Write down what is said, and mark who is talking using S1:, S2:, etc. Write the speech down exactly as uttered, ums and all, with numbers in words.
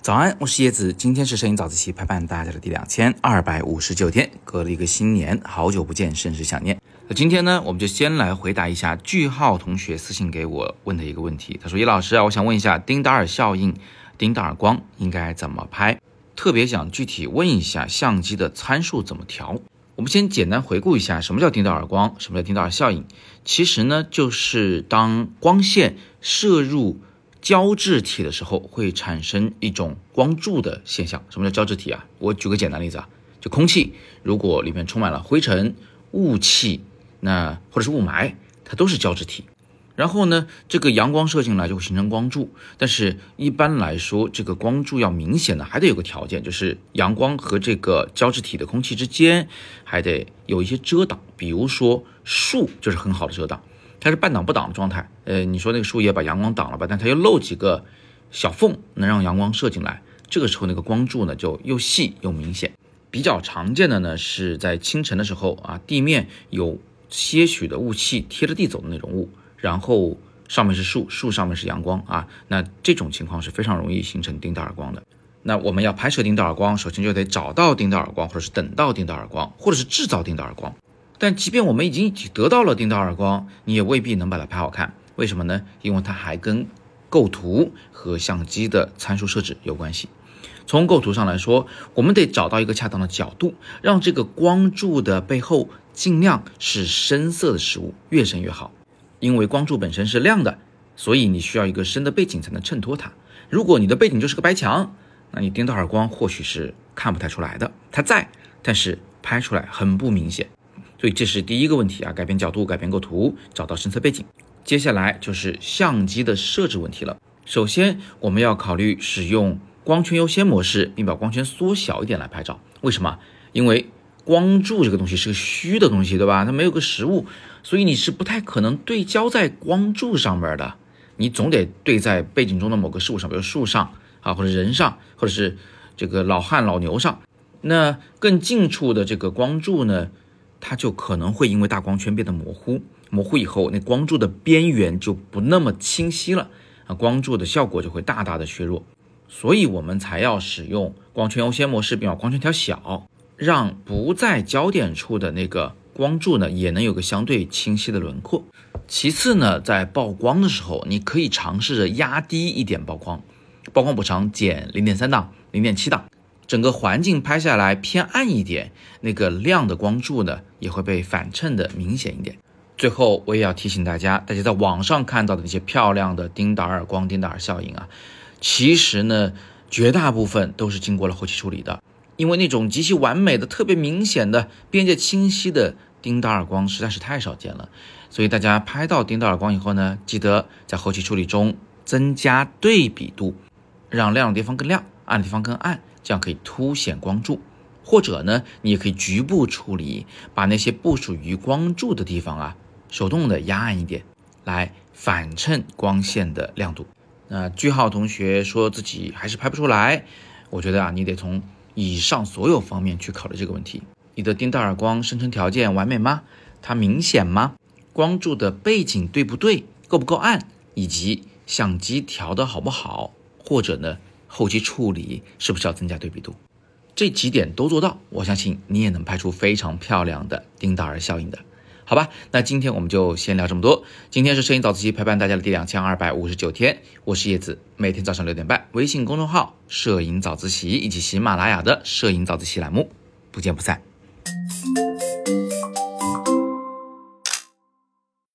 S1: 早安，我是叶子，今天是摄影早自习陪伴大家的第两千二百五十九天，隔了一个新年，好久不见，甚是想念。那今天呢，我们就先来回答一下句号同学私信给我问的一个问题。他说：叶老师啊，我想问一下丁达尔效应、丁达尔光应该怎么拍？特别想具体问一下相机的参数怎么调。我们先简单回顾一下什么叫丁达尔光，什么叫丁达尔效应。其实呢，就是当光线射入胶质体的时候会产生一种光柱的现象。什么叫胶质体啊？我举个简单例子啊，就空气如果里面充满了灰尘、雾气，那或者是雾霾，它都是胶质体。然后呢，这个阳光射进来就会形成光柱，但是一般来说这个光柱要明显的还得有个条件，就是阳光和这个胶质体的空气之间还得有一些遮挡。比如说树就是很好的遮挡，它是半挡不挡的状态，呃，你说那个树叶把阳光挡了吧，但它又漏几个小缝能让阳光射进来，这个时候那个光柱呢就又细又明显。比较常见的呢是在清晨的时候啊，地面有些许的雾气贴着地走的那种雾，然后上面是树，树上面是阳光啊，那这种情况是非常容易形成丁达尔光的。那我们要拍摄丁达尔光，首先就得找到丁达尔光，或者是等到丁达尔光，或者是制造丁达尔光。但即便我们已经得到了丁达尔光，你也未必能把它拍好看。为什么呢？因为它还跟构图和相机的参数设置有关系。从构图上来说，我们得找到一个恰当的角度，让这个光柱的背后尽量是深色的事物，越深越好。因为光柱本身是亮的，所以你需要一个深的背景才能衬托它。如果你的背景就是个白墙，那你丁达尔光或许是看不太出来的，它在，但是拍出来很不明显。所以这是第一个问题啊，改变角度，改变构图，找到深色背景。接下来就是相机的设置问题了。首先我们要考虑使用光圈优先模式，并把光圈缩小一点来拍照。为什么？因为光柱这个东西是个虚的东西，对吧？它没有个实物，所以你是不太可能对焦在光柱上面的，你总得对在背景中的某个事物上，比如树上啊，或者人上，或者是这个老汉老牛上。那更近处的这个光柱呢，它就可能会因为大光圈变得模糊，模糊以后那光柱的边缘就不那么清晰了啊，光柱的效果就会大大的削弱。所以我们才要使用光圈优先模式，并把光圈调小，让不在焦点处的那个光柱呢也能有个相对清晰的轮廓。其次呢，在曝光的时候，你可以尝试着压低一点曝光，曝光补偿减 零点三 档 零点七 档，整个环境拍下来偏暗一点，那个亮的光柱呢也会被反衬的明显一点。最后我也要提醒大家，大家在网上看到的那些漂亮的丁达尔光、丁达尔效应啊，其实呢绝大部分都是经过了后期处理的。因为那种极其完美的、特别明显的、边界清晰的丁达尔光实在是太少见了，所以大家拍到丁达尔光以后呢，记得在后期处理中增加对比度，让亮的地方更亮，暗的地方更暗，这样可以凸显光柱。或者呢，你也可以局部处理，把那些不属于光柱的地方啊，手动的压暗一点，来反衬光线的亮度。那句号同学说自己还是拍不出来，我觉得啊，你得从以上所有方面去考虑这个问题。你的丁达尔光生成条件完美吗？它明显吗？光柱的背景对不对？够不够暗？以及相机调的好不好？或者呢，后期处理是不是要增加对比度？这几点都做到，我相信你也能拍出非常漂亮的丁达尔效应的。好吧，那今天我们就先聊这么多。今天是摄影早自习陪伴大家的第两千二百五十九天，我是叶子，每天早上六点半，微信公众号摄影早自习以及喜马拉雅的摄影早自习栏目，不见不散。